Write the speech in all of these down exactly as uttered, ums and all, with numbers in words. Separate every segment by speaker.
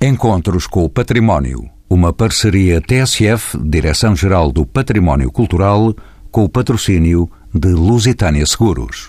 Speaker 1: Encontros com o Património, uma parceria T S F, Direção-Geral do Património Cultural, com o patrocínio de Lusitânia Seguros.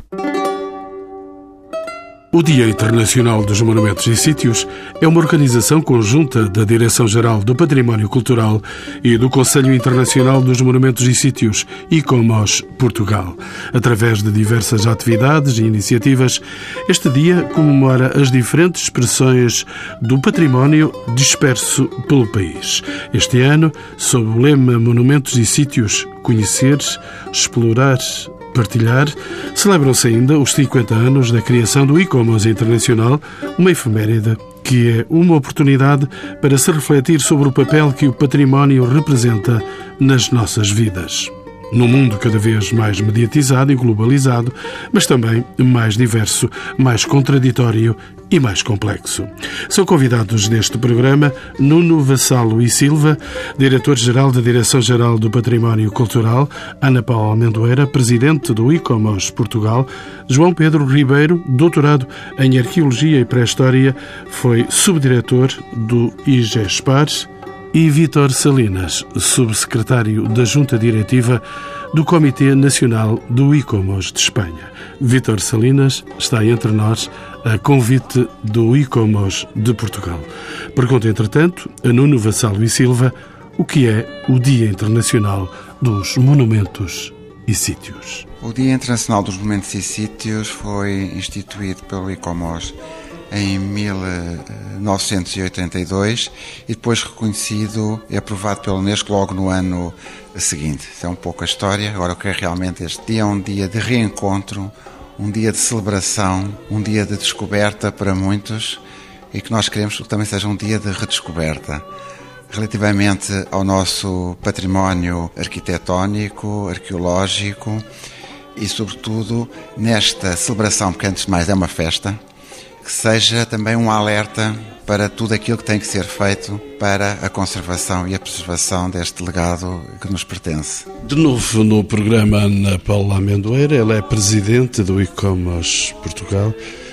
Speaker 2: O Dia Internacional dos Monumentos e Sítios é uma organização conjunta da Direção-Geral do Património Cultural e do Conselho Internacional dos Monumentos e Sítios, ICOMOS, Portugal. Através de diversas atividades e iniciativas, este dia comemora as diferentes expressões do património disperso pelo país. Este ano, sob o lema Monumentos e Sítios, conhecer, explorar, partilhar, celebram-se ainda os cinquenta anos da criação do ICOMOS Internacional, uma efeméride que é uma oportunidade para se refletir sobre o papel que o património representa nas nossas vidas. Num mundo cada vez mais mediatizado e globalizado, mas também mais diverso, mais contraditório e mais complexo. São convidados neste programa Nuno Vassalo e Silva, Diretor-Geral da Direção-Geral do Património Cultural, Ana Paula Amendoeira, Presidente do ICOMOS Portugal, João Pedro Ribeiro, doutorado em Arqueologia e Pré-História, foi Subdiretor do IGESPAR, e Vítor Salinas, subsecretário da Junta Diretiva do Comitê Nacional do ICOMOS de Espanha. Vítor Salinas está entre nós a convite do ICOMOS de Portugal. Pergunta, entretanto, a Nuno Vassalo e Silva o que é o Dia Internacional dos Monumentos e Sítios.
Speaker 3: O Dia Internacional dos Monumentos e Sítios foi instituído pelo ICOMOS em mil novecentos e oitenta e dois e depois reconhecido e aprovado pela Unesco logo no ano seguinte. Isso é um pouco a história. Agora, o que é realmente este dia? É um dia de reencontro, um dia de celebração, um dia de descoberta para muitos e que nós queremos que também seja um dia de redescoberta. Relativamente ao nosso património arquitetónico, arqueológico e, sobretudo, nesta celebração, porque antes de mais é uma festa, que seja também um alerta para tudo aquilo que tem que ser feito para a conservação e a preservação deste legado que nos pertence.
Speaker 2: De novo no programa Ana Paula Amendoeira, ela é Presidente do ICOMOS Portugal.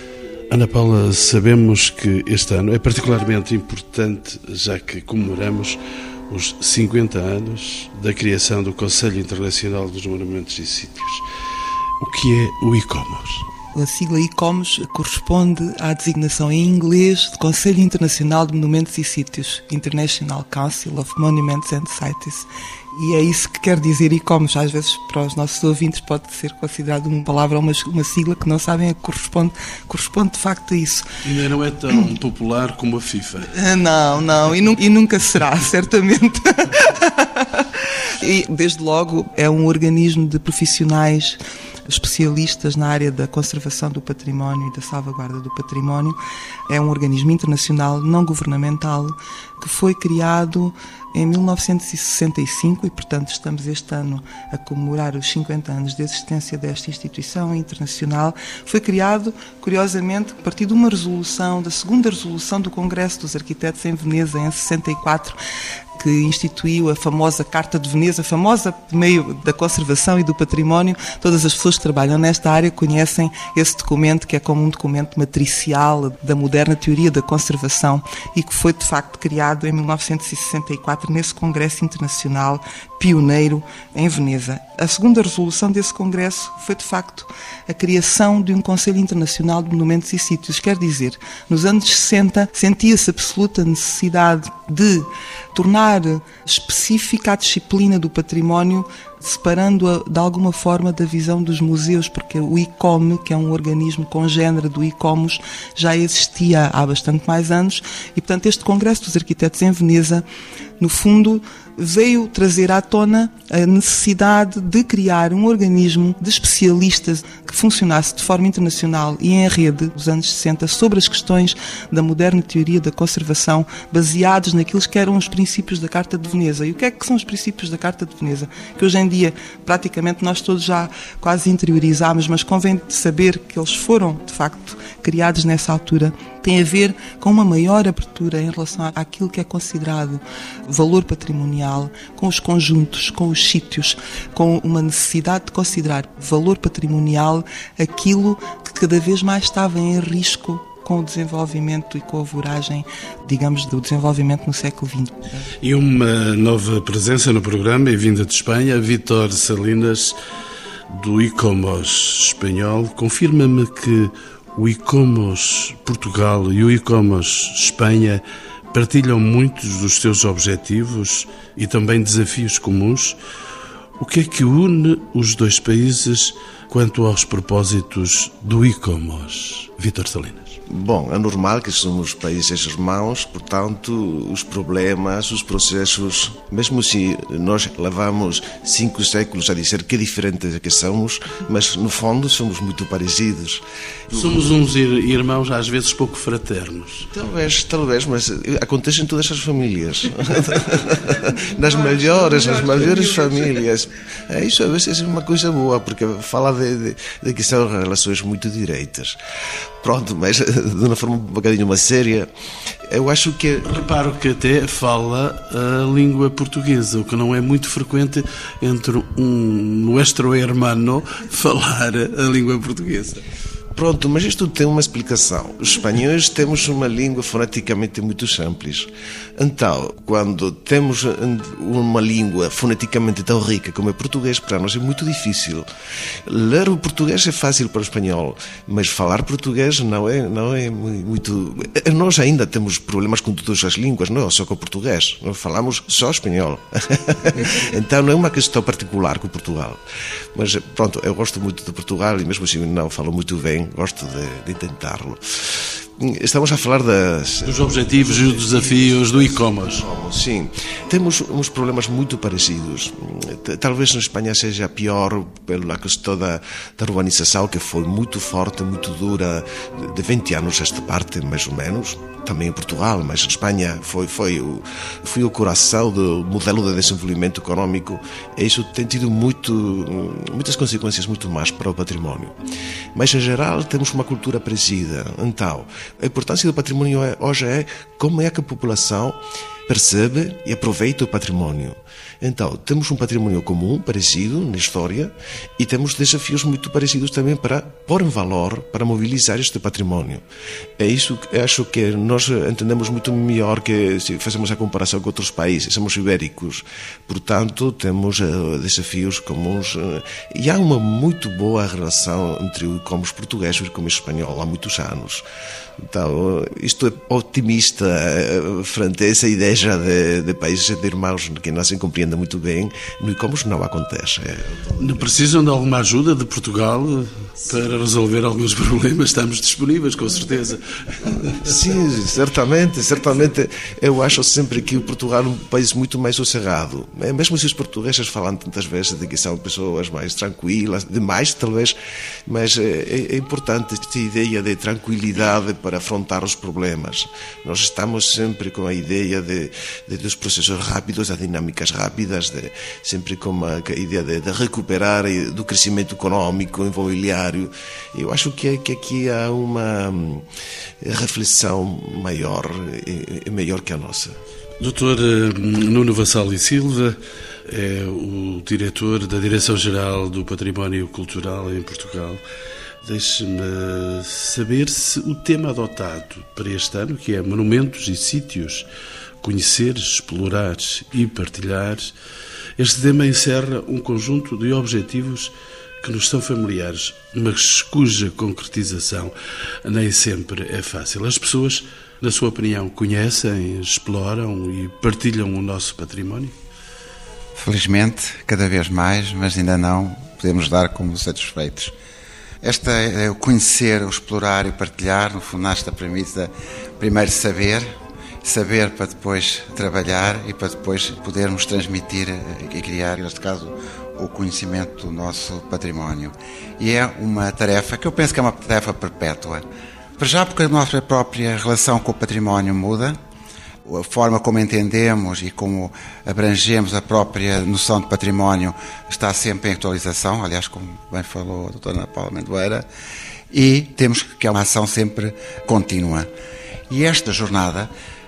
Speaker 2: Ana Paula, sabemos que este ano é particularmente importante, já que comemoramos os cinquenta anos da criação do Conselho Internacional dos Monumentos e Sítios. O que é o ICOMOS?
Speaker 4: A sigla ICOMOS corresponde à designação em inglês de Conselho Internacional de Monumentos e Sítios, International Council of Monuments and Sites. E é isso que quer dizer ICOMOS. Às vezes, para os nossos ouvintes, pode ser considerado uma palavra ou uma, uma sigla que não sabem a que corresponde. Corresponde, de facto, a isso.
Speaker 2: Ainda não é tão popular como a FIFA.
Speaker 4: Não, não. E, nu- e nunca será, certamente. E, desde logo, é um organismo de profissionais especialistas na área da conservação do património e da salvaguarda do património. É um organismo internacional não governamental que foi criado em mil novecentos e sessenta e cinco e, portanto, estamos este ano a comemorar os cinquenta anos de existência desta instituição internacional. Foi criado, curiosamente, a partir de uma resolução, da segunda resolução do Congresso dos Arquitetos em Veneza, em sessenta e quatro, que instituiu a famosa Carta de Veneza, famosa por meio da conservação e do património. Todas as pessoas que trabalham nesta área conhecem esse documento, que é como um documento matricial da moderna teoria da conservação e que foi, de facto, criado em mil novecentos e sessenta e quatro nesse Congresso Internacional pioneiro em Veneza. A segunda resolução desse Congresso foi, de facto, a criação de um Conselho Internacional de Monumentos e Sítios. Quer dizer, nos anos sessenta sentia-se absoluta necessidade de tornar específica a disciplina do património, separando-a de alguma forma da visão dos museus, porque o ICOM, que é um organismo congénere do ICOMOS, já existia há bastante mais anos e, portanto, este Congresso dos Arquitetos em Veneza, no fundo, veio trazer à tona a necessidade de criar um organismo de especialistas que funcionasse de forma internacional e em rede dos anos sessenta sobre as questões da moderna teoria da conservação, baseados naqueles que eram os princípios da Carta de Veneza. E o que é que são os princípios da Carta de Veneza? Que hoje em dia, praticamente, nós todos já quase interiorizámos, mas convém saber que eles foram, de facto, criados nessa altura. Tem a ver com uma maior abertura em relação àquilo que é considerado valor patrimonial, com os conjuntos, com os sítios, com uma necessidade de considerar valor patrimonial aquilo que cada vez mais estava em risco com o desenvolvimento e com a voragem, digamos, do desenvolvimento no século vinte.
Speaker 2: E uma nova presença no programa é vinda de Espanha, Vítor Salinas, do ICOMOS espanhol. Confirma-me que o ICOMOS Portugal e o ICOMOS Espanha partilham muitos dos seus objetivos e também desafios comuns. O que é que une os dois países quanto aos propósitos do ICOMOS? Vítor Salinas.
Speaker 5: Bom, é normal que somos países irmãos, portanto, os problemas, os processos, mesmo se nós levamos cinco séculos a dizer que diferentes que somos, mas no fundo somos muito parecidos.
Speaker 2: Somos uns irmãos às vezes pouco fraternos.
Speaker 5: Talvez, talvez, mas acontece em todas as famílias. Nas melhores, nas melhores famílias. Isso às vezes é uma coisa boa, porque fala de, de, de que são relações muito direitas. Pronto, mas de uma forma um bocadinho mais séria, eu acho que...
Speaker 2: Reparo que até fala a língua portuguesa, o que não é muito frequente entre um nuestro hermano falar a língua portuguesa.
Speaker 5: Pronto, mas isto tem uma explicação. Os espanhóis temos uma língua foneticamente muito simples. Então, quando temos uma língua foneticamente tão rica como é português, para nós é muito difícil. Ler o português é fácil para o espanhol, mas falar português não é, não é muito... Nós ainda temos problemas com todas as línguas, não é só com o português. Nós falamos só espanhol. Então, não é uma questão particular com Portugal. Mas, pronto, eu gosto muito de Portugal e mesmo assim não falo muito bem, gosto de, de tentar-lo. Estamos a falar das...
Speaker 2: dos objetivos e dos desafios do ICOMOS.
Speaker 5: Sim, temos uns problemas muito parecidos. Talvez na Espanha seja pior pela questão da, da urbanização, que foi muito forte, muito dura, de vinte anos esta parte, mais ou menos. Também em Portugal, mas em Espanha foi, foi, o, foi o coração do modelo de desenvolvimento económico, e isso tem tido muito, muitas consequências muito mais para o património. Mas, em geral, temos uma cultura parecida. Então, a importância do património hoje é como é que a população percebe e aproveita o património. Então, temos um património comum, parecido na história, e temos desafios muito parecidos também para pôr em valor, para mobilizar este património. É isso que acho que nós entendemos muito melhor que se fazemos a comparação com outros países. Somos ibéricos, portanto, temos uh, desafios comuns, uh, e há uma muito boa relação entre o ICOMOS português e o ICOMOS espanhol há muitos anos. Então, isto é otimista uh, frente a essa ideia de, de países de irmãos que não se compreendem muito bem. No ICOMOS não acontece.
Speaker 2: Não precisam de alguma ajuda de Portugal para resolver alguns problemas? Estamos disponíveis, com certeza.
Speaker 5: Sim, certamente, certamente. Eu acho sempre que o Portugal é um país muito mais sossegado. Mesmo se os portugueses falam tantas vezes de que são pessoas mais tranquilas, demais talvez, mas é, é importante esta ideia de tranquilidade para afrontar os problemas. Nós estamos sempre com a ideia de, de dos processos rápidos, das dinâmicas rápidas, de, sempre com a, a ideia de, de recuperar do crescimento económico, imobiliário. Eu acho que, é, que aqui há uma reflexão maior e melhor que a nossa.
Speaker 2: doutor Nuno Vassal e Silva é o diretor da Direção-Geral do Património Cultural em Portugal. Deixe-me saber se o tema adotado para este ano, que é monumentos e sítios, conhecer, explorar e partilhar, este tema encerra um conjunto de objetivos que nos são familiares, mas cuja concretização nem sempre é fácil. As pessoas, na sua opinião, conhecem, exploram e partilham o nosso património?
Speaker 3: Felizmente, cada vez mais, mas ainda não podemos dar como satisfeitos. Esta é o conhecer, o explorar e partilhar, no fundo, nesta premissa, primeiro saber, saber para depois trabalhar e para depois podermos transmitir e criar, neste caso, o conhecimento do nosso património. E é uma tarefa que eu penso que é uma tarefa perpétua. Para já porque a nossa própria relação com o património muda, a forma como entendemos e como abrangemos a própria noção de património está sempre em atualização, aliás, como bem falou a doutora Ana Paula Mendoeira, e temos que é uma ação sempre contínua. E esta jornada,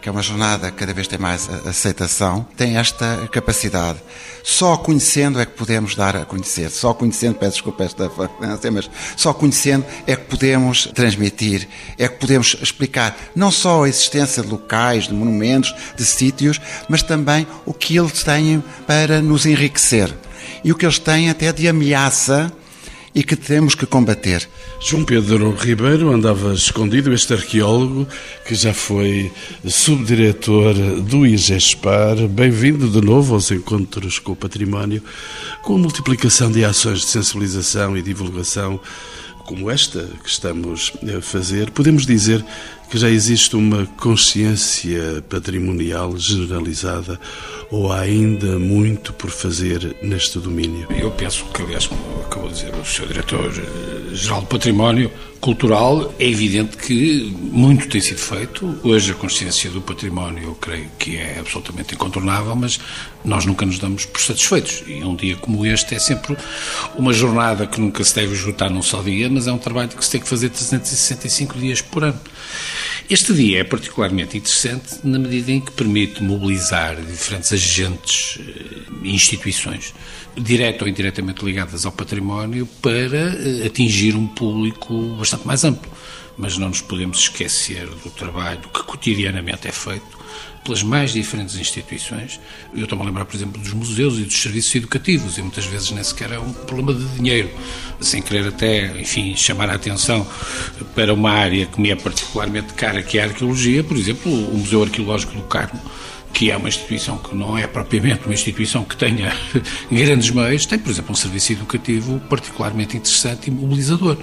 Speaker 3: que é uma jornada que cada vez tem mais aceitação, tem esta capacidade. Só conhecendo é que podemos dar a conhecer. Só conhecendo, peço desculpa esta frase, mas só conhecendo é que podemos transmitir, é que podemos explicar não só a existência de locais, de monumentos, de sítios, mas também o que eles têm para nos enriquecer e o que eles têm até de ameaça e que temos que combater.
Speaker 2: João Pedro Ribeiro andava escondido, este arqueólogo que já foi subdiretor do IGESPAR. Bem-vindo de novo aos Encontros com o Património, com a multiplicação de ações de sensibilização e divulgação como esta que estamos a fazer. Podemos dizer que já existe uma consciência patrimonial generalizada ou há ainda muito por fazer neste domínio?
Speaker 6: Eu penso que, aliás, como acabou de dizer o senhor Diretor-Geral do Património Cultural, é evidente que muito tem sido feito. Hoje a consciência do património eu creio que é absolutamente incontornável, mas nós nunca nos damos por satisfeitos. E um dia como este é sempre uma jornada que nunca se deve esgotar num só dia, mas é um trabalho que se tem que fazer trezentos e sessenta e cinco dias por ano. Este dia é particularmente interessante na medida em que permite mobilizar diferentes agentes e instituições, direto ou indiretamente ligadas ao património, para atingir um público bastante mais amplo. Mas não nos podemos esquecer do trabalho que cotidianamente é feito pelas mais diferentes instituições. Eu estou-me a lembrar, por exemplo, dos museus e dos serviços educativos, e muitas vezes nem sequer é um problema de dinheiro, sem querer até, enfim, chamar a atenção para uma área que me é particularmente cara, que é a arqueologia. Por exemplo, o Museu Arqueológico do Carmo, que é uma instituição que não é propriamente uma instituição que tenha grandes meios, tem, por exemplo, um serviço educativo particularmente interessante e mobilizador.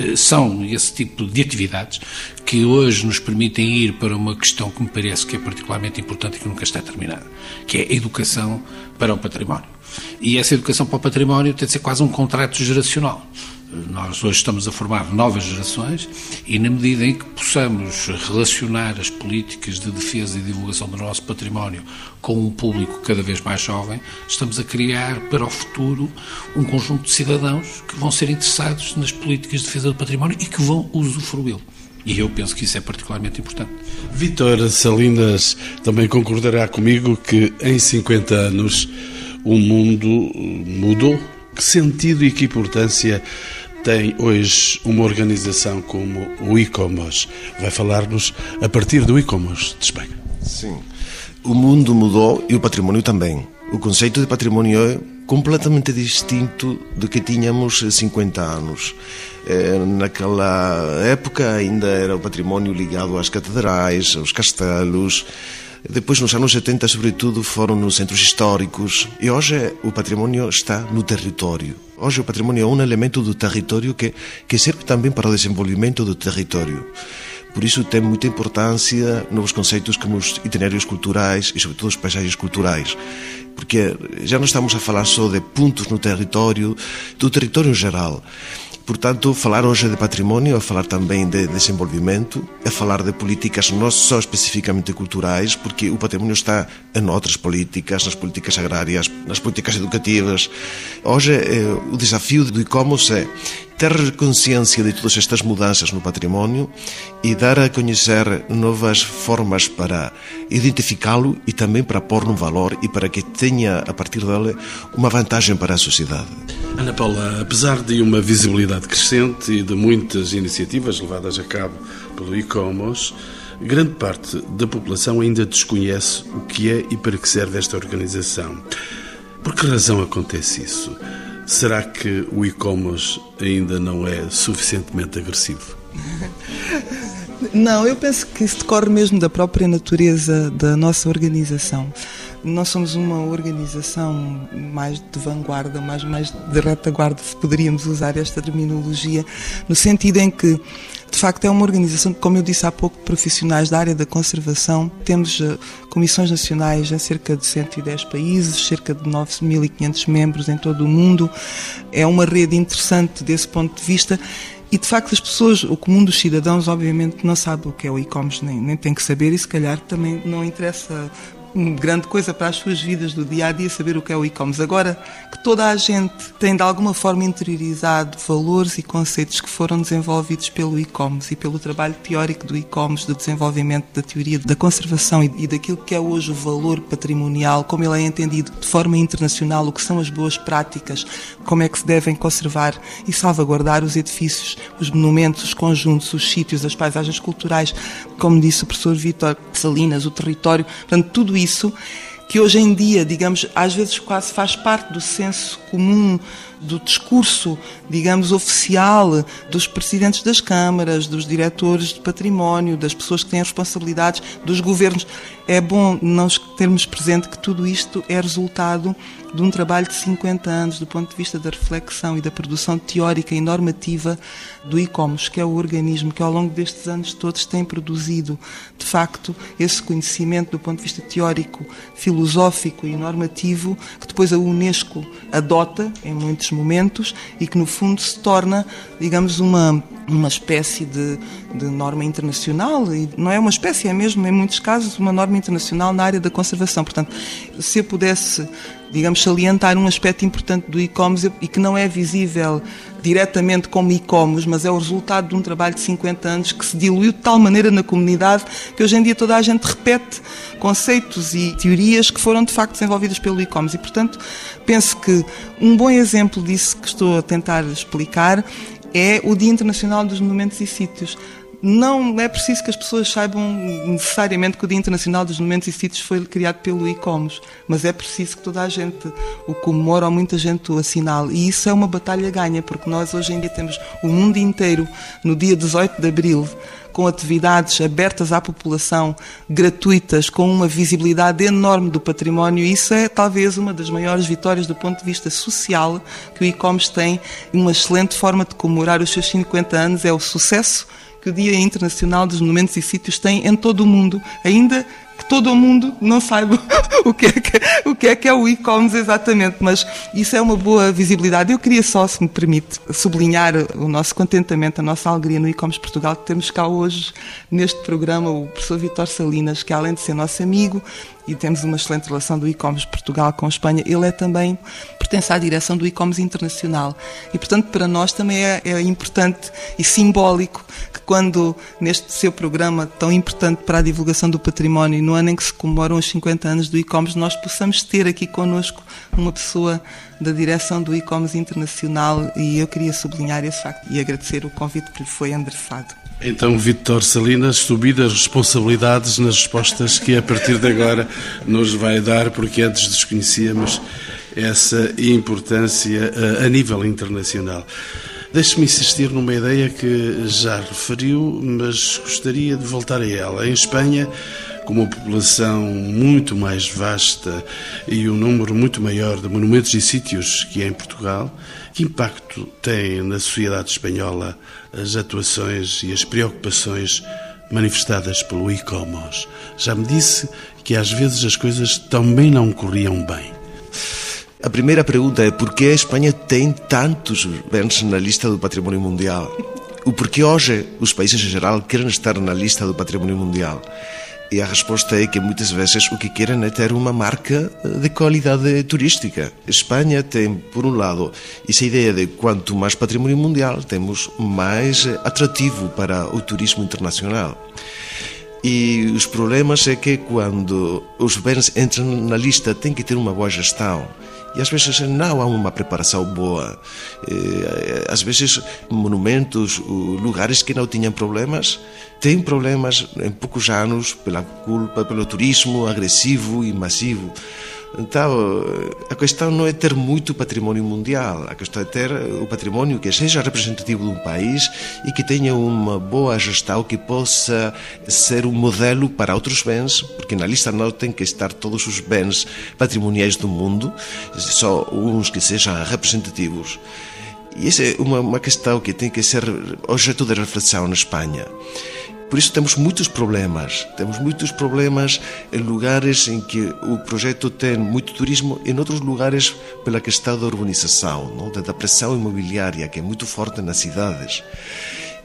Speaker 6: São esse tipo de atividades que hoje nos permitem ir para uma questão que me parece que é particularmente importante e que nunca está terminada, que é a educação para o património. E essa educação para o património tem de ser quase um contrato geracional. Nós hoje estamos a formar novas gerações e, na medida em que possamos relacionar as políticas de defesa e divulgação do nosso património com um público cada vez mais jovem, estamos a criar para o futuro um conjunto de cidadãos que vão ser interessados nas políticas de defesa do património e que vão usufruí-lo. E eu penso que isso é particularmente importante.
Speaker 2: Vítor Salinas também concordará comigo que em cinquenta anos o mundo mudou. Que sentido e que importância tem hoje uma organização como o ICOMOS? Vai falar-nos a partir do ICOMOS de Espanha.
Speaker 5: Sim, o mundo mudou e o património também. O conceito de património é completamente distinto do que tínhamos há cinquenta anos. Naquela época ainda era o património ligado às catedrais, aos castelos. Depois, nos anos setenta, sobretudo, foram nos centros históricos. E hoje o património está no território. Hoje o património é um elemento do território que, que serve também para o desenvolvimento do território. Por isso tem muita importância novos conceitos como os itinerários culturais e, sobretudo, as paisagens culturais. Porque já não estamos a falar só de pontos no território, do território em geral. Portanto, falar hoje de património é falar também de desenvolvimento, é falar de políticas não só especificamente culturais, porque o património está em outras políticas, nas políticas agrárias, nas políticas educativas. Hoje, eh, o desafio do ICOMOS é ter consciência de todas estas mudanças no património e dar a conhecer novas formas para identificá-lo e também para pôr no valor e para que tenha, a partir dele, uma vantagem para a sociedade.
Speaker 2: Ana Paula, apesar de uma visibilidade crescente e de muitas iniciativas levadas a cabo pelo ICOMOS, grande parte da população ainda desconhece o que é e para que serve esta organização. Por que razão acontece isso? Será que o ICOMOS ainda não é suficientemente agressivo?
Speaker 4: Não, eu penso que isso decorre mesmo da própria natureza da nossa organização. Nós somos uma organização mais de vanguarda, mais, mais de retaguarda, se poderíamos usar esta terminologia, no sentido em que, de facto, é uma organização, como eu disse há pouco, profissionais da área da conservação. Temos uh, comissões nacionais em cerca de cento e dez países, cerca de nove mil e quinhentos membros em todo o mundo. É uma rede interessante desse ponto de vista. E, de facto, as pessoas, o comum dos cidadãos, obviamente, não sabe o que é o ICOMOS, nem, nem tem que saber, e se calhar também não interessa grande coisa para as suas vidas do dia a dia saber o que é o e-commerce. Agora que toda a gente tem de alguma forma interiorizado valores e conceitos que foram desenvolvidos pelo e-commerce e pelo trabalho teórico do e-commerce, do desenvolvimento da teoria da conservação e daquilo que é hoje o valor patrimonial, como ele é entendido de forma internacional, o que são as boas práticas, como é que se devem conservar e salvaguardar os edifícios, os monumentos, os conjuntos, os sítios, as paisagens culturais, como disse o professor Vítor Salinas, o território, portanto, tudo isso que hoje em dia, digamos, às vezes quase faz parte do senso comum, do discurso, digamos, oficial dos presidentes das câmaras, dos diretores de património, das pessoas que têm responsabilidades, dos governos. É bom nós termos presente que tudo isto é resultado de um trabalho de cinquenta anos do ponto de vista da reflexão e da produção teórica e normativa do ICOMOS, que é o organismo que ao longo destes anos todos tem produzido, de facto, esse conhecimento do ponto de vista teórico, filosófico e normativo, que depois a Unesco adota em muitos momentos e que no fundo se torna, digamos, uma, uma espécie de, de norma internacional, e não é uma espécie, é mesmo em muitos casos uma norma internacional na área da conservação. Portanto, se eu pudesse, digamos, salientar um aspecto importante do ICOMOS e que não é visível diretamente como ICOMOS, mas é o resultado de um trabalho de cinquenta anos que se diluiu de tal maneira na comunidade que hoje em dia toda a gente repete conceitos e teorias que foram de facto desenvolvidas pelo ICOMOS e, portanto, penso que um bom exemplo disso que estou a tentar explicar é o Dia Internacional dos Monumentos e Sítios. Não é preciso que as pessoas saibam necessariamente que o Dia Internacional dos Monumentos e Sítios foi criado pelo ICOMOS, mas é preciso que toda a gente o comemore ou muita gente o assinale. E isso é uma batalha ganha, porque nós hoje em dia temos o mundo inteiro no dia dezoito de abril, com atividades abertas à população, gratuitas, com uma visibilidade enorme do património. E isso é talvez uma das maiores vitórias do ponto de vista social que o ICOMOS tem. Uma excelente forma de comemorar os seus cinquenta anos é o sucesso que o Dia Internacional dos Monumentos e Sítios tem em todo o mundo, ainda que todo o mundo não saiba o que é que, o que é, que é o ICOMOS exatamente, mas isso é uma boa visibilidade. Eu queria só, se me permite, sublinhar o nosso contentamento, a nossa alegria no ICOMOS Portugal, de termos cá hoje, neste programa, o professor Vítor Salinas, que além de ser nosso amigo, e temos uma excelente relação do ICOMOS Portugal com a Espanha, ele é também, pertence à direção do ICOMOS Internacional. E, portanto, para nós também é, é importante e simbólico que quando, neste seu programa tão importante para a divulgação do património, no ano em que se comemoram os cinquenta anos do ICOMOS, nós possamos ter aqui connosco uma pessoa da direção do ICOMOS Internacional, e eu queria sublinhar esse facto e agradecer o convite que lhe foi endereçado.
Speaker 2: Então, Vítor Salinas, subidas responsabilidades nas respostas que a partir de agora nos vai dar, porque antes desconhecíamos essa importância a nível internacional. Deixe-me insistir numa ideia que já referiu, mas gostaria de voltar a ela. Em Espanha, com uma população muito mais vasta e um número muito maior de monumentos e sítios que é em Portugal, que impacto tem na sociedade espanhola as atuações e as preocupações manifestadas pelo ICOMOS? Já me disse que às vezes as coisas também não corriam bem.
Speaker 5: A primeira pergunta é por que a Espanha tem tantos bens na lista do património mundial? O porquê hoje os países em geral querem estar na lista do património mundial? E a resposta é que muitas vezes o que querem é ter uma marca de qualidade turística. Espanha tem, por um lado, essa ideia de quanto mais património mundial temos, mais atrativo para o turismo internacional. E os problemas é que quando os bens entram na lista tem que ter uma boa gestão. E às vezes não há uma preparação boa. Às vezes monumentos, lugares que não tinham problemas, têm problemas em poucos anos pela culpa, pelo turismo agressivo e massivo. Então, a questão não é ter muito património mundial, a questão é ter o património que seja representativo de um país e que tenha uma boa gestão, que possa ser um modelo para outros bens, porque na lista não tem que estar todos os bens patrimoniais do mundo, só uns que sejam representativos. E essa é uma, uma questão que tem que ser objeto de reflexão na Espanha. Por isso temos muitos problemas, temos muitos problemas em lugares em que o projeto tem muito turismo, e em outros lugares pela questão da urbanização, não? Da pressão imobiliária, que é muito forte nas cidades.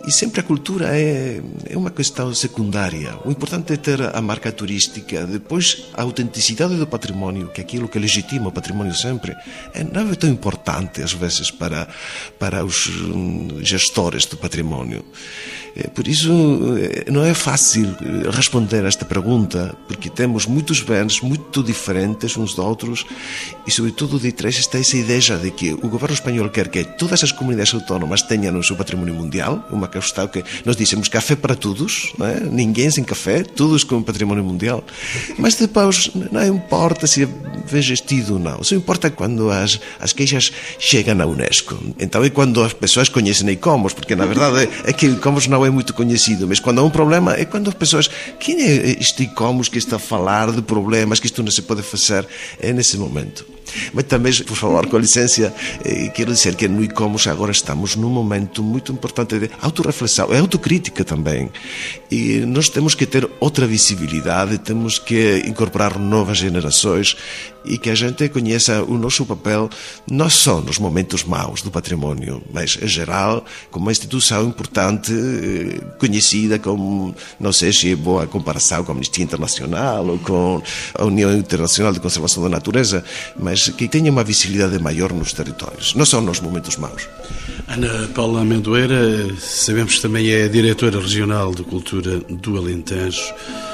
Speaker 5: E sempre a cultura é, é uma questão secundária. O importante é ter a marca turística, depois a autenticidade do património, que é aquilo que legitima o património sempre, é, não é tão importante às vezes para, para os gestores do património. Por isso, não é fácil responder a esta pergunta, porque temos muitos bens muito diferentes uns de outros e, sobretudo, de trás está essa ideia de que o governo espanhol quer que todas as comunidades autónomas tenham o seu património mundial, uma questão que nós dizemos café para todos, não é? Ninguém sem café, todos com património mundial. Mas depois, não importa se é bem gestido ou não, só importa quando as, as queixas chegam à Unesco. Então é quando as pessoas conhecem a ICOMOS, porque na verdade é que a ICOMOS não é muito conhecido, mas quando há um problema é quando as pessoas, quem é este ICOMOS que está a falar de problemas que isto não se pode fazer, é nesse momento. Mas também, por favor, com licença, quero dizer que no ICOMOS agora estamos num momento muito importante de autorreflexão, é autocrítica também, e nós temos que ter outra visibilidade, temos que incorporar novas gerações e que a gente conheça o nosso papel não só nos momentos maus do património, mas em geral como uma instituição importante, conhecida como, não sei se é boa comparação com a Amnistia Internacional ou com a União Internacional de Conservação da Natureza, mas que tenha uma visibilidade maior nos territórios, não só nos momentos maus.
Speaker 2: Ana Paula Amendoeira, sabemos que também é diretora regional de Cultura do Alentejo.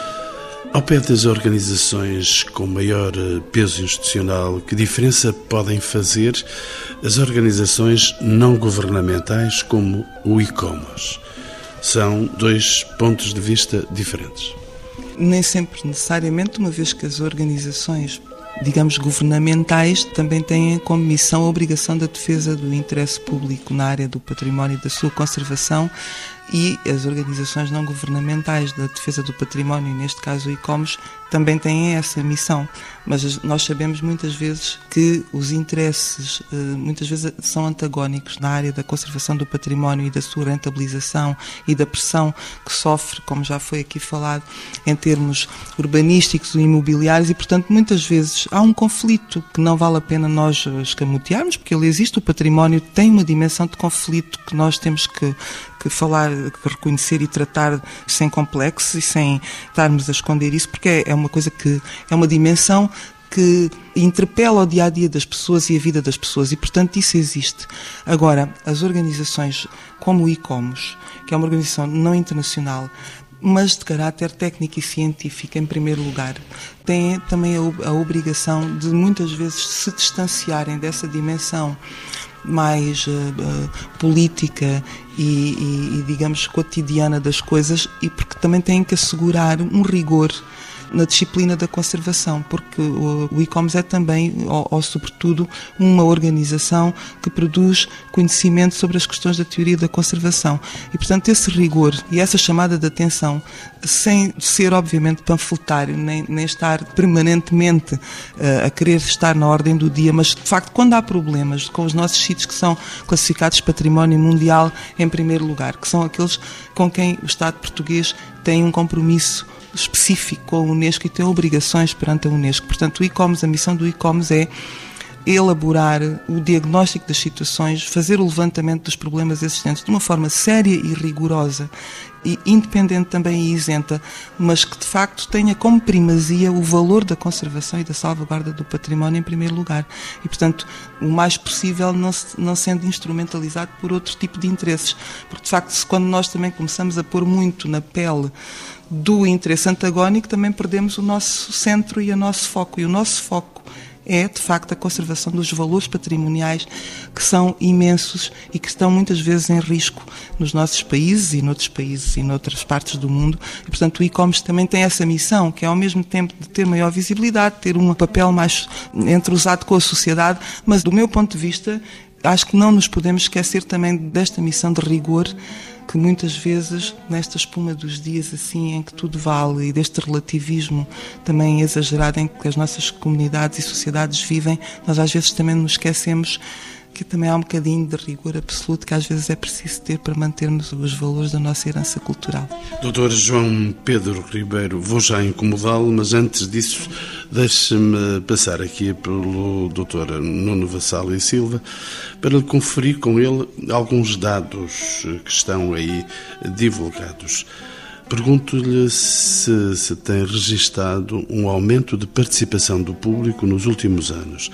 Speaker 2: Ao pé das organizações com maior peso institucional, que diferença podem fazer as organizações não governamentais como o ICOMOS? São dois pontos de vista diferentes.
Speaker 4: Nem sempre necessariamente, uma vez que as organizações, digamos, governamentais também têm como missão a obrigação da defesa do interesse público na área do património e da sua conservação, e as organizações não governamentais da defesa do património, neste caso o ICOMOS, também têm essa missão. Mas nós sabemos muitas vezes que os interesses muitas vezes são antagónicos na área da conservação do património e da sua rentabilização e da pressão que sofre, como já foi aqui falado, em termos urbanísticos e imobiliários, e portanto muitas vezes há um conflito que não vale a pena nós escamotearmos, porque ele existe. O património tem uma dimensão de conflito que nós temos que, que falar, que reconhecer e tratar sem complexos e sem estarmos a esconder isso, porque é, é uma coisa que é uma dimensão que interpela o dia-a-dia das pessoas e a vida das pessoas, e portanto isso existe. Agora, as organizações como o ICOMOS, que é uma organização não internacional, mas de caráter técnico e científico em primeiro lugar, têm também a, a obrigação de muitas vezes se distanciarem dessa dimensão mais uh, uh, política e, e, e, digamos, cotidiana das coisas, e porque também têm que assegurar um rigor na disciplina da conservação, porque o, o ICOMOS é também, ou, ou sobretudo, uma organização que produz conhecimento sobre as questões da teoria da conservação. E, portanto, esse rigor e essa chamada de atenção, sem ser, obviamente, panfletário, nem, nem estar permanentemente uh, a querer estar na ordem do dia, mas, de facto, quando há problemas com os nossos sítios que são classificados património mundial em primeiro lugar, que são aqueles com quem o Estado português tem um compromisso específico com a Unesco e tem obrigações perante a Unesco. Portanto, o ICOMOS, a missão do ICOMOS é elaborar o diagnóstico das situações, fazer o levantamento dos problemas existentes de uma forma séria e rigorosa, e independente também e isenta, mas que de facto tenha como primazia o valor da conservação e da salvaguarda do património em primeiro lugar. E, portanto, o mais possível não, se, não sendo instrumentalizado por outro tipo de interesses. Porque, de facto, quando nós também começamos a pôr muito na pele do interesse antagónico, também perdemos o nosso centro e o nosso foco. E o nosso foco é, de facto, a conservação dos valores patrimoniais, que são imensos e que estão muitas vezes em risco nos nossos países e noutros países e noutras partes do mundo. E, portanto, o ICOMOS também tem essa missão, que é, ao mesmo tempo, de ter maior visibilidade, ter um papel mais entrosado com a sociedade, mas, do meu ponto de vista, acho que não nos podemos esquecer também desta missão de rigor, que muitas vezes, nesta espuma dos dias assim em que tudo vale, e deste relativismo também exagerado em que as nossas comunidades e sociedades vivem, nós às vezes também nos esquecemos que também há um bocadinho de rigor absoluto que às vezes é preciso ter para mantermos os valores da nossa herança cultural.
Speaker 2: doutor João Pedro Ribeiro, vou já incomodá-lo, mas antes disso Deixe-me passar aqui pelo doutor Nuno Vassal e Silva para lhe conferir com ele alguns dados que estão aí divulgados. Pergunto-lhe se, se tem registado um aumento de participação do público nos últimos anos.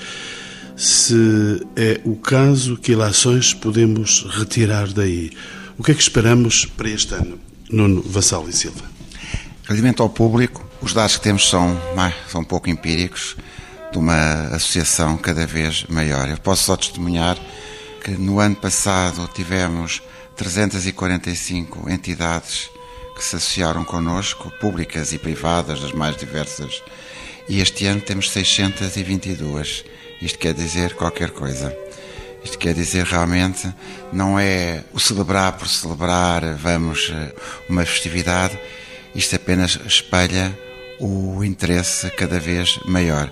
Speaker 2: Se é o caso, que ilações podemos retirar daí? O que é que esperamos para este ano? Nuno Vassal e Silva.
Speaker 3: Relativamente ao público, os dados que temos são, são um pouco empíricos, de uma associação cada vez maior. Eu posso só testemunhar que no ano passado tivemos trezentas e quarenta e cinco entidades que se associaram connosco, públicas e privadas, das mais diversas, e este ano temos seiscentas e vinte e duas. Isto quer dizer qualquer coisa. Isto quer dizer realmente, não é o celebrar por celebrar, vamos, uma festividade, isto apenas espelha o interesse cada vez maior.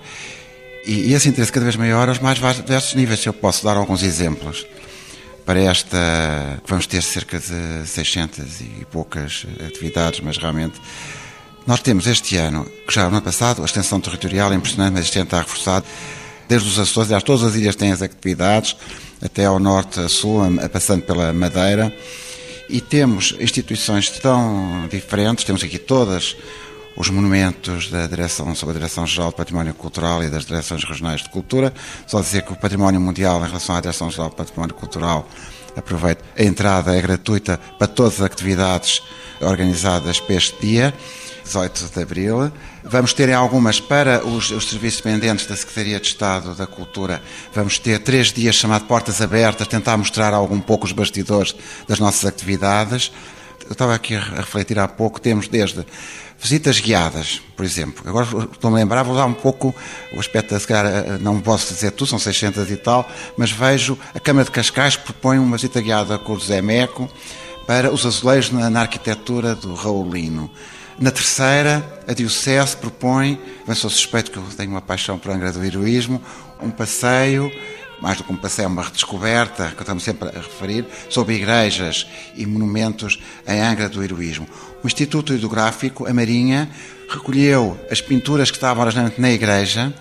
Speaker 3: E, e esse interesse cada vez maior aos mais diversos níveis. Se eu posso dar alguns exemplos. Para esta, vamos ter cerca de seiscentas e poucas atividades, mas realmente nós temos este ano, que já no ano passado, a extensão territorial é impressionante, mas este ano está reforçado, desde os Açores, aliás, todas as ilhas têm as atividades, até ao norte a sul, passando pela Madeira, e temos instituições tão diferentes, temos aqui todas os monumentos da direção, sob a Direção-Geral do Património Cultural e das Direções Regionais de Cultura. Só dizer que o Património Mundial, em relação à Direção-Geral do Património Cultural, aproveito, a entrada é gratuita para todas as atividades organizadas para este dia, dezoito de abril. Vamos ter algumas para os, os serviços dependentes da Secretaria de Estado da Cultura. Vamos ter três dias chamado Portas Abertas, tentar mostrar algum pouco os bastidores das nossas atividades. Eu estava aqui a refletir há pouco, temos desde visitas guiadas, por exemplo. Agora estou-me a lembrar, vou usar um pouco o aspecto, se calhar não posso dizer tudo, são seiscentas e tal, mas vejo a Câmara de Cascais que propõe uma visita guiada com o José Meco para os azulejos na, na arquitetura do Raulino. Na terceira, a Diocese propõe, eu sou suspeito que eu tenho uma paixão por Angra do Heroísmo, um passeio, mais do que um passeio, uma redescoberta, que estamos sempre a referir, sobre igrejas e monumentos em Angra do Heroísmo. O Instituto Hidrográfico, a Marinha, recolheu as pinturas que estavam originalmente na igreja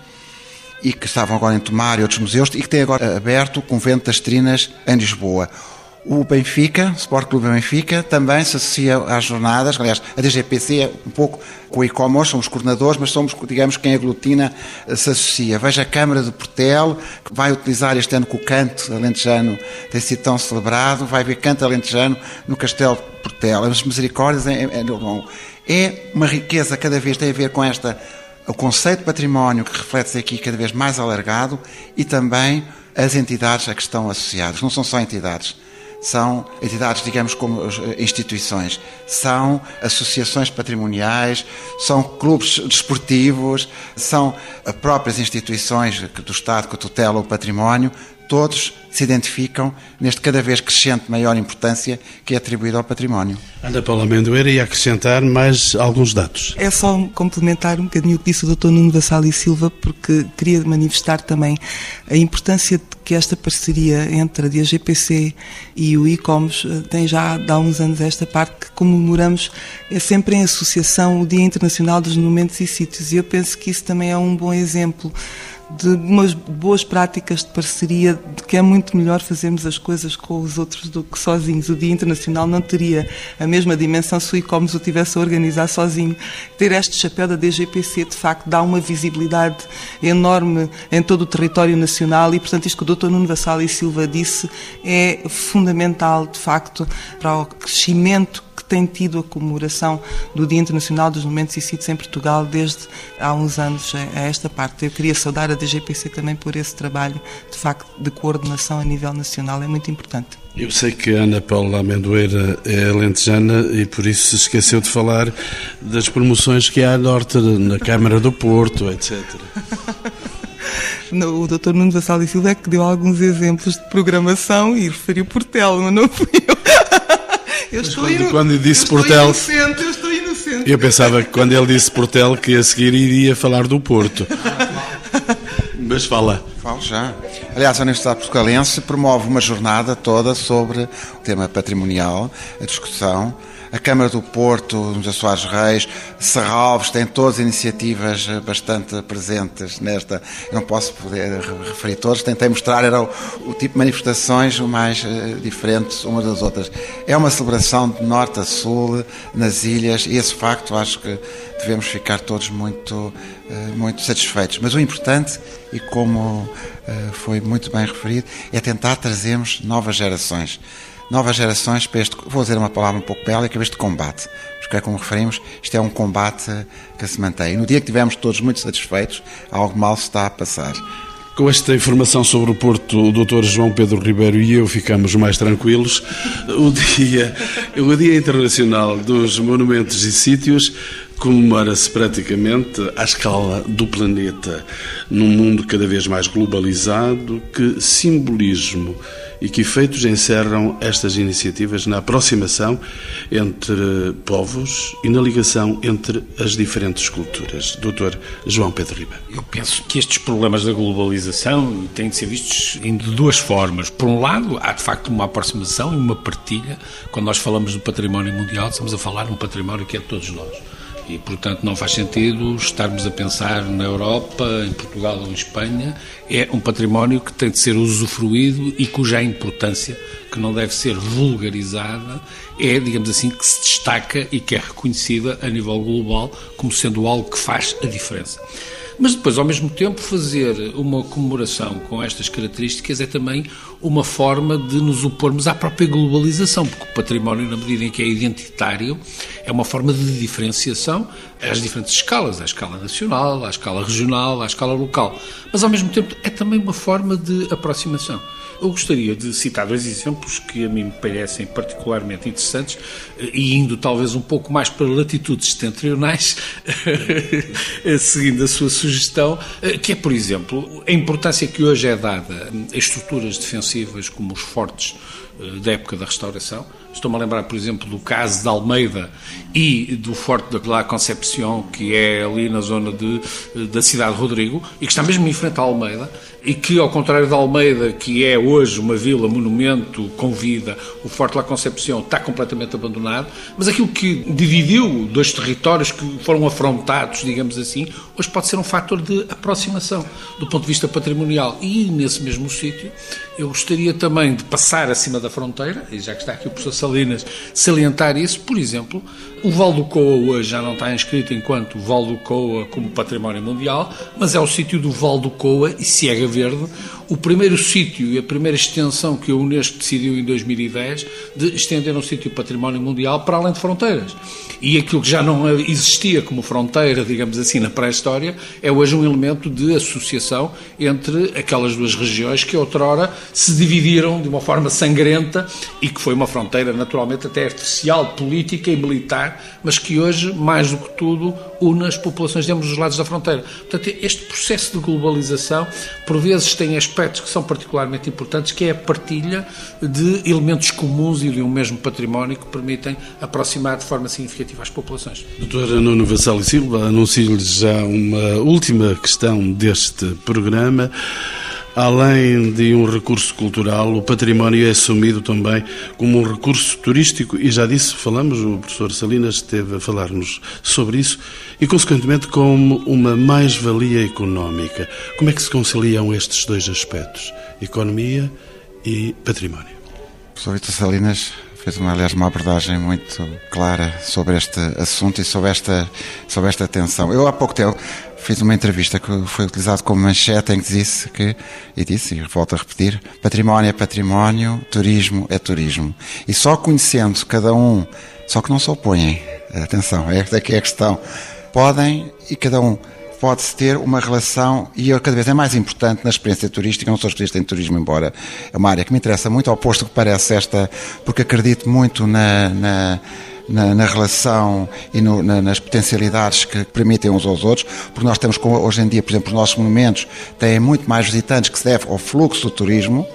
Speaker 3: e que estavam agora em Tomar e outros museus, e que tem agora aberto o Convento das Trinas em Lisboa. O Benfica, o Sport Clube Benfica, também se associa às jornadas. Aliás, a D G P C é um pouco com o ICOMOS, somos coordenadores, mas somos, digamos, quem aglutina se associa. Veja a Câmara de Portel, que vai utilizar este ano que o canto alentejano tem sido tão celebrado, vai haver canto alentejano no Castelo de Portel. As Misericórdias é, é, é uma riqueza, cada vez tem a ver com esta, o conceito de património que reflete-se aqui cada vez mais alargado, e também as entidades a que estão associadas. Não são só entidades. São entidades, digamos, como instituições, são associações patrimoniais, são clubes desportivos, são próprias instituições do Estado que tutelam o património, todos se identificam neste cada vez crescente maior importância que é atribuída ao património.
Speaker 2: Ana Paula Amendoeira ia acrescentar mais alguns dados.
Speaker 4: É só complementar um bocadinho o que disse o doutor Nuno Vassal e Silva, porque queria manifestar também a importância de que esta parceria entre a D G P C e o ICOMOS tem já há uns anos esta parte que comemoramos é sempre em associação o Dia Internacional dos Monumentos e Sítios, e eu penso que isso também é um bom exemplo de umas boas práticas de parceria, de que é muito melhor fazermos as coisas com os outros do que sozinhos. O Dia Internacional não teria a mesma dimensão se o ICOMOS o tivesse a organizar sozinho. Ter este chapéu da D G P C, de facto, dá uma visibilidade enorme em todo o território nacional, e, portanto, isto que o doutor Nuno Vassal e Silva disse é fundamental, de facto, para o crescimento que tem tido a comemoração do Dia Internacional dos Monumentos e Sítios em Portugal desde há uns anos a esta parte. Eu queria saudar a D G P C também por esse trabalho, de facto, de coordenação a nível nacional, é muito importante.
Speaker 2: Eu sei que a Ana Paula Amendoeira é alentejana e por isso se esqueceu de falar das promoções que há a norte, na Câmara do Porto, etcétera.
Speaker 4: O doutor Nuno Vassal e Silva é que deu alguns exemplos de programação e referiu Portel, mas não fui eu. Eu estou
Speaker 2: quando,
Speaker 4: ino...
Speaker 2: quando disse
Speaker 4: eu
Speaker 2: Portel,
Speaker 4: estou inocente, eu estou inocente.
Speaker 2: Eu pensava que quando ele disse Portel que a seguir iria falar do Porto. Mas fala.
Speaker 3: Falo já. Aliás, a Universidade Portugalense promove uma jornada toda sobre o tema patrimonial, a discussão a Câmara do Porto, José Soares Reis, Serralves, têm todas iniciativas bastante presentes nesta. Eu não posso poder referir todos, tentei mostrar, era o, o tipo de manifestações o mais uh, diferentes umas das outras. É uma celebração de norte a sul, nas ilhas, e esse facto acho que devemos ficar todos muito, uh, muito satisfeitos. Mas o importante, e como uh, foi muito bem referido, é tentar trazermos novas gerações. Novas gerações para este, vou dizer uma palavra um pouco bélica, este combate. Porque, como referimos, isto é um combate que se mantém. E no dia que estivermos todos muito satisfeitos, algo mal se está a passar.
Speaker 2: Com esta informação sobre o Porto, o doutor João Pedro Ribeiro e eu ficamos mais tranquilos. O Dia, o Dia Internacional dos Monumentos e Sítios comemora-se praticamente à escala do planeta, num mundo cada vez mais globalizado. Que simbolismo e que efeitos encerram estas iniciativas na aproximação entre povos e na ligação entre as diferentes culturas? doutor João Pedro Ribeiro.
Speaker 6: Eu penso que estes problemas da globalização têm de ser vistos de duas formas. Por um lado, há de facto uma aproximação e uma partilha. Quando nós falamos do património mundial, estamos a falar de um património que é de todos nós. E, portanto, não faz sentido estarmos a pensar na Europa, em Portugal ou em Espanha. É um património que tem de ser usufruído e cuja importância, que não deve ser vulgarizada, é, digamos assim, que se destaca e que é reconhecida a nível global como sendo algo que faz a diferença. Mas depois, ao mesmo tempo, fazer uma comemoração com estas características é também uma forma de nos opormos à própria globalização, porque o património, na medida em que é identitário, é uma forma de diferenciação às diferentes escalas, à escala nacional, à escala regional, à escala local. Mas, ao mesmo tempo, é também uma forma de aproximação. Eu gostaria de citar dois exemplos que a mim me parecem particularmente interessantes e indo talvez um pouco mais para latitudes setentrionais, seguindo a sua sugestão, que é, por exemplo, a importância que hoje é dada a estruturas defensivas como os fortes da época da restauração. Estou-me a lembrar, por exemplo, do caso de Almeida e do Forte de La Concepción, que é ali na zona de, da cidade de Rodrigo, e que está mesmo em frente a Almeida, e que, ao contrário de Almeida, que é hoje uma vila, monumento, com vida, o Forte de La Concepción está completamente abandonado, mas aquilo que dividiu dois territórios que foram afrontados, digamos assim, hoje pode ser um fator de aproximação do ponto de vista patrimonial. E nesse mesmo sítio eu gostaria também de passar acima da fronteira, e já que está aqui o professor Salinas, salientar isso. Por exemplo, o Val do Coa hoje já não está inscrito enquanto Val do Coa como património mundial, mas é o sítio do Val do Coa e Ciega Verde, o primeiro sítio e a primeira extensão que a Unesco decidiu em dois mil e dez de estender um sítio património mundial para além de fronteiras. E aquilo que já não existia como fronteira, digamos assim, na pré-história, é hoje um elemento de associação entre aquelas duas regiões que outrora se dividiram de uma forma sangrenta e que foi uma fronteira naturalmente até artificial, política e militar, mas que hoje, mais do que tudo, une as populações de ambos os lados da fronteira. Portanto, este processo de globalização, por vezes, tem aspectos que são particularmente importantes, que é a partilha de elementos comuns e de um mesmo património que permitem aproximar de forma significativa as populações.
Speaker 2: doutor Nuno Vassal e Silva, anuncio-lhes já uma última questão deste programa. Além de um recurso cultural, o património é assumido também como um recurso turístico e já disse, falamos, o professor Salinas esteve a falar-nos sobre isso, e consequentemente como uma mais-valia económica. Como é que se conciliam estes dois aspectos, economia e património?
Speaker 3: O professor Vítor Salinas fez, uma, aliás, uma abordagem muito clara sobre este assunto e sobre esta, sobre esta tensão. Eu, há pouco tempo, fiz uma entrevista que foi utilizada como manchete em que disse que, e disse, e volto a repetir, património é património, turismo é turismo. E só conhecendo cada um, só que não se opõem, atenção, é aqui a questão, podem, e cada um pode-se ter uma relação, e eu, cada vez é mais importante na experiência turística. Eu não sou especialista em turismo, embora é uma área que me interessa muito, ao oposto que parece esta, porque acredito muito na... na Na, na relação e no, na, nas potencialidades que permitem uns aos outros, porque nós temos, hoje em dia, por exemplo, os nossos monumentos têm muito mais visitantes, que se deve ao fluxo do turismo.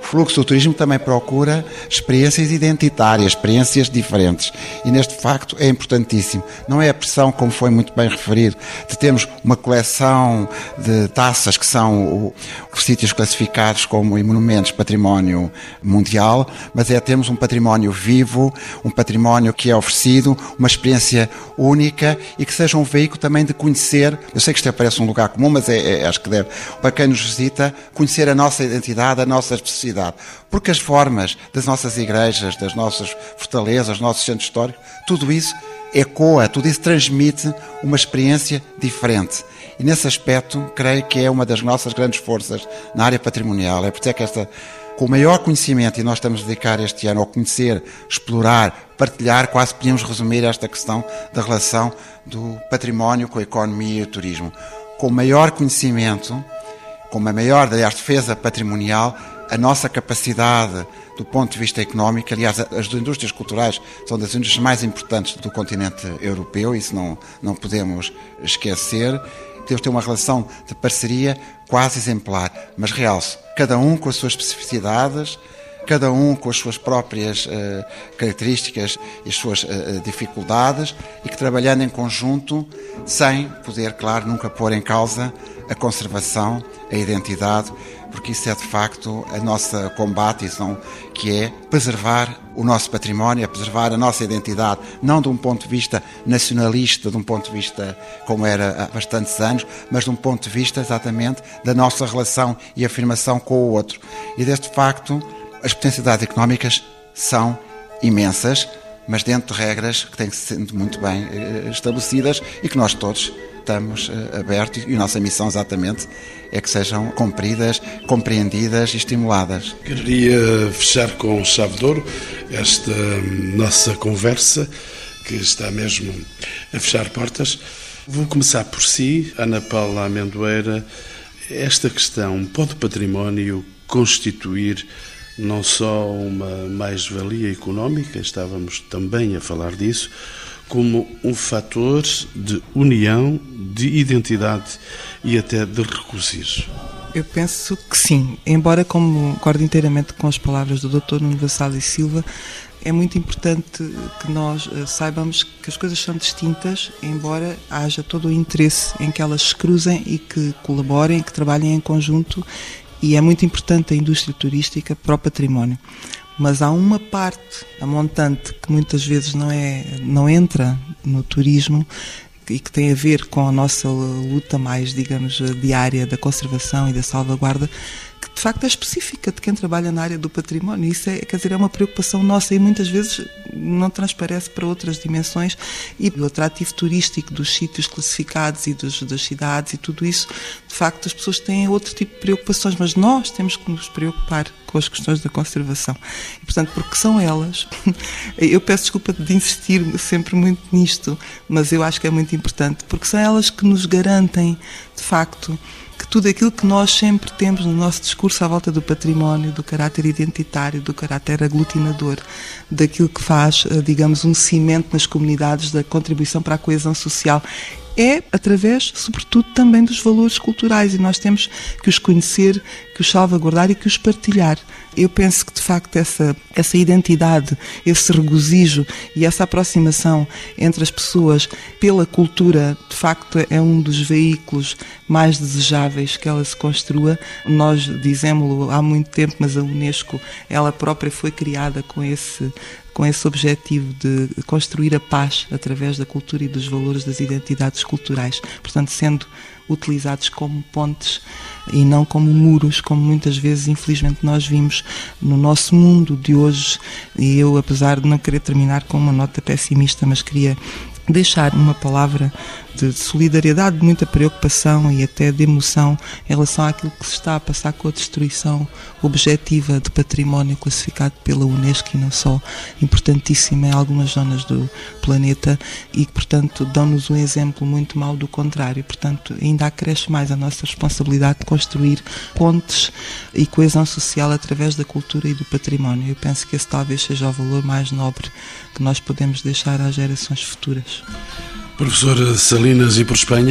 Speaker 3: O fluxo do turismo também procura experiências identitárias, experiências diferentes. E neste facto é importantíssimo. Não é a pressão, como foi muito bem referido, de termos uma coleção de taças que são o, os sítios classificados como monumentos, património mundial, mas é termos um património vivo, um património que é oferecido, uma experiência única e que seja um veículo também de conhecer. Eu sei que isto parece um lugar comum, mas é, é, acho que deve, para quem nos visita, conhecer a nossa identidade, a nossa especificidade. Porque as formas das nossas igrejas, das nossas fortalezas, dos nossos centros históricos, tudo isso ecoa, tudo isso transmite uma experiência diferente. E nesse aspecto, creio que é uma das nossas grandes forças na área patrimonial. É por isso que esta, com o maior conhecimento, e nós estamos a dedicar este ano ao conhecer, explorar, partilhar, quase podíamos resumir esta questão da relação do património com a economia e o turismo. Com o maior conhecimento, com uma maior, aliás, defesa patrimonial, a nossa capacidade do ponto de vista económico, aliás, as indústrias culturais são das indústrias mais importantes do continente europeu, isso não, não podemos esquecer. Temos de ter uma relação de parceria quase exemplar, mas realço, cada um com as suas especificidades, cada um com as suas próprias uh, características e as suas uh, dificuldades, e que trabalhando em conjunto, sem poder, claro, nunca pôr em causa a conservação, a identidade, porque isso é de facto a nossa combate, isso, que é preservar o nosso património, é preservar a nossa identidade, não de um ponto de vista nacionalista, de um ponto de vista como era há bastantes anos, mas de um ponto de vista exatamente da nossa relação e afirmação com o outro. E deste facto, as potencialidades económicas são imensas, mas dentro de regras que têm que ser muito bem estabelecidas e que nós todos estamos abertos, e a nossa missão exatamente é que sejam cumpridas, compreendidas e estimuladas.
Speaker 2: Queria fechar com chave de ouro esta nossa conversa, que está mesmo a fechar portas. Vou começar por si, Ana Paula Amendoeira. Esta questão, pode o património constituir não só uma mais-valia económica, estávamos também a falar disso, como um fator de união, de identidade e até de regozijo?
Speaker 4: Eu penso que sim, embora concordo inteiramente com as palavras do doutor Nuno Vassal e Silva, é muito importante que nós saibamos que as coisas são distintas, embora haja todo o interesse em que elas se cruzem e que colaborem, que trabalhem em conjunto, e é muito importante a indústria turística para o património. Mas há uma parte, a montante, que muitas vezes não, é, não entra no turismo e que tem a ver com a nossa luta mais, digamos, diária da conservação e da salvaguarda, que de facto é específica de quem trabalha na área do património. Isso é, quer dizer, é uma preocupação nossa e muitas vezes não transparece para outras dimensões, e o atrativo turístico dos sítios classificados e dos, das cidades e tudo isso, de facto as pessoas têm outro tipo de preocupações, mas nós temos que nos preocupar com as questões da conservação. E, portanto, porque são elas, eu peço desculpa de insistir sempre muito nisto, mas eu acho que é muito importante, porque são elas que nos garantem, de facto, que tudo aquilo que nós sempre temos no nosso discurso à volta do património, do caráter identitário, do caráter aglutinador, daquilo que faz, digamos, um cimento nas comunidades, da contribuição para a coesão social, é através, sobretudo, também dos valores culturais, e nós temos que os conhecer, que os salvaguardar e que os partilhar. Eu penso que, de facto, essa, essa identidade, esse regozijo e essa aproximação entre as pessoas pela cultura, de facto, é um dos veículos mais desejáveis que ela se construa. Nós dizemos-lo há muito tempo, mas a Unesco, ela própria foi criada com esse com esse objetivo de construir a paz através da cultura e dos valores das identidades culturais, portanto, sendo utilizados como pontes e não como muros, como muitas vezes, infelizmente, nós vimos no nosso mundo de hoje. E eu, apesar de não querer terminar com uma nota pessimista, mas queria deixar uma palavra de solidariedade, de muita preocupação e até de emoção em relação àquilo que se está a passar com a destruição objetiva de património classificado pela Unesco, e não só, importantíssima em algumas zonas do planeta, e que, portanto, dão-nos um exemplo muito mau do contrário. Portanto, ainda acresce mais a nossa responsabilidade de construir pontes e coesão social através da cultura e do património. Eu penso que esse talvez seja o valor mais nobre que nós podemos deixar às gerações futuras.
Speaker 2: Professora Salinas, e por Espanha?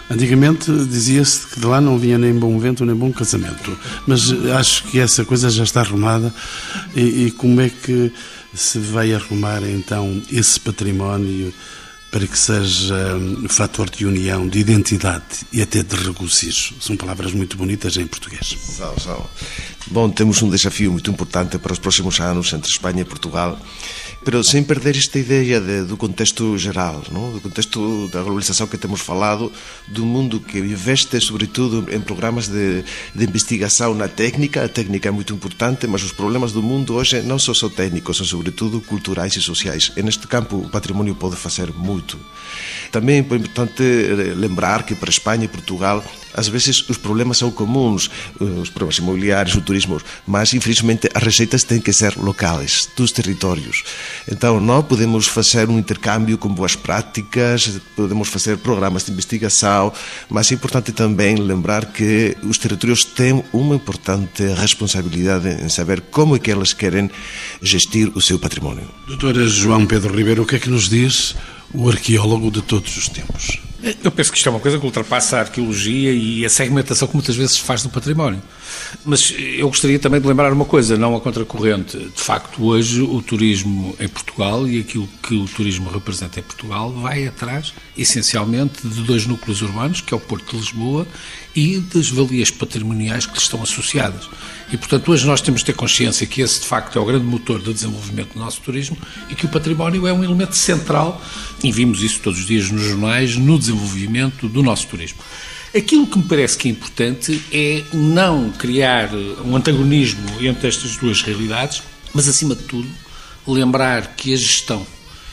Speaker 2: Antigamente dizia-se que de lá não vinha nem bom vento nem bom casamento, mas acho que essa coisa já está arrumada. E, e como é que se vai arrumar então esse património para que seja um fator de união, de identidade e até de regozijo? São palavras muito bonitas em português.
Speaker 5: São, são. Bom, temos um desafio muito importante para os próximos anos entre Espanha e Portugal, pero sem perder esta ideia de, do contexto geral, não? Do contexto da globalização que temos falado, do mundo que investe sobretudo em programas de, de investigação na técnica. A técnica é muito importante, mas os problemas do mundo hoje não são só técnicos, são sobretudo culturais e sociais. E neste campo o património pode fazer muito. Também é importante lembrar que para Espanha e Portugal às vezes os problemas são comuns, os problemas imobiliários, o turismo, mas infelizmente as receitas têm que ser locais, dos territórios. Então não podemos fazer um intercâmbio com boas práticas, podemos fazer programas de investigação, mas é importante também lembrar que os territórios têm uma importante responsabilidade em saber como é que elas querem gestir o seu património.
Speaker 2: Doutora João Pedro Ribeiro, o que é que nos diz o arqueólogo de todos os tempos?
Speaker 6: Eu penso que isto é uma coisa que ultrapassa a arqueologia e a segmentação que muitas vezes se faz do património. Mas eu gostaria também de lembrar uma coisa, não a contracorrente. De facto, hoje o turismo em Portugal e aquilo que o turismo representa em Portugal vai atrás, essencialmente, de dois núcleos urbanos, que é o Porto de Lisboa e das valias patrimoniais que lhes estão associadas. E, portanto, hoje nós temos de ter consciência que esse, de facto, é o grande motor de desenvolvimento do nosso turismo e que o património é um elemento central, e vimos isso todos os dias nos jornais, no desenvolvimento do nosso turismo. Aquilo que me parece que é importante é não criar um antagonismo entre estas duas realidades, mas, acima de tudo, lembrar que a gestão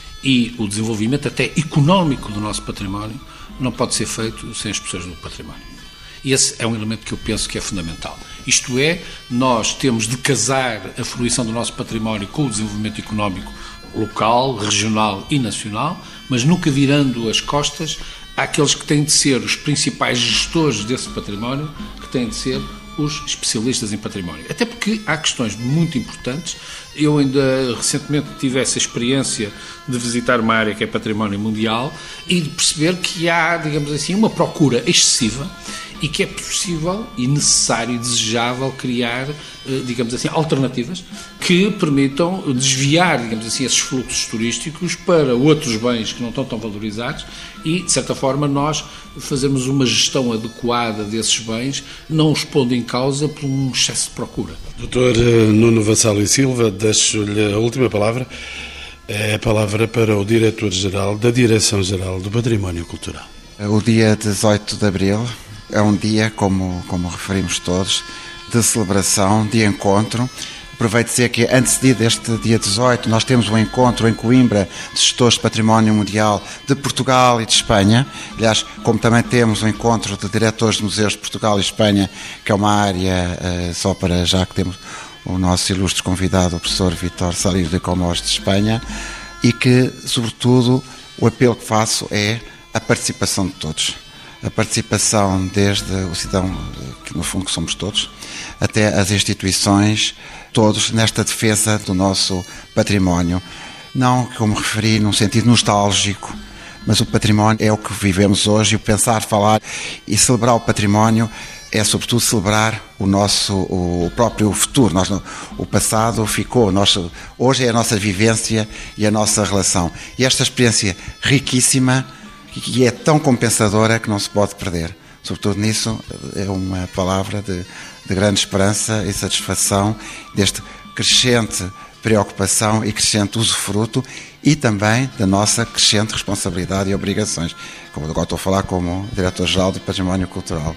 Speaker 6: e o desenvolvimento até económico do nosso património não pode ser feito sem as pessoas do património. E esse é um elemento que eu penso que é fundamental. Isto é, nós temos de casar a fruição do nosso património com o desenvolvimento económico local, regional e nacional, mas nunca virando as costas àqueles que têm de ser os principais gestores desse património, que têm de ser os especialistas em património. Até porque há questões muito importantes. Eu ainda recentemente tive essa experiência de visitar uma área que é património mundial e de perceber que há, digamos assim, uma procura excessiva e que é possível e necessário e desejável criar, digamos assim, alternativas que permitam desviar, digamos assim, esses fluxos turísticos para outros bens que não estão tão valorizados e, de certa forma, nós fazermos uma gestão adequada desses bens, não os pondo em causa por um excesso de procura.
Speaker 2: doutor Nuno Vassalo e Silva, deixo-lhe a última palavra. É a palavra para o diretor-geral da Direção-Geral do Património Cultural.
Speaker 3: O dia dezoito de abril é um dia, como, como referimos todos, de celebração, de encontro. Aproveito de dizer que, antecedido deste dia dezoito, nós temos um encontro em Coimbra de gestores de património mundial de Portugal e de Espanha. Aliás, como também temos um encontro de diretores de museus de Portugal e Espanha, que é uma área, uh, só para já que temos o nosso ilustre convidado, o professor Vítor Salírio de Comós de Espanha, e que, sobretudo, o apelo que faço é a participação de todos. A participação desde o cidadão, que no fundo somos todos, até as instituições, todos nesta defesa do nosso património. Não, como referi, num sentido nostálgico, mas o património é o que vivemos hoje e o pensar, falar e celebrar o património é sobretudo celebrar o nosso, o próprio futuro. Nós, o passado ficou, nós, hoje é a nossa vivência e a nossa relação. E esta experiência riquíssima e é tão compensadora que não se pode perder. Sobretudo nisso, é uma palavra de, de grande esperança e satisfação deste crescente preocupação e crescente usufruto e também da nossa crescente responsabilidade e obrigações. Como agora estou a falar como Diretor-Geral do Património Cultural.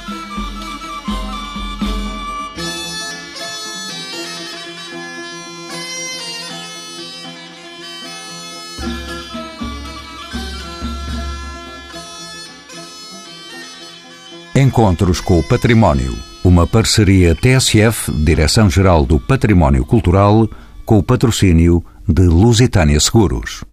Speaker 1: Encontros com o Património. Uma parceria T S F, Direção-Geral do Património Cultural, com o patrocínio de Lusitânia Seguros.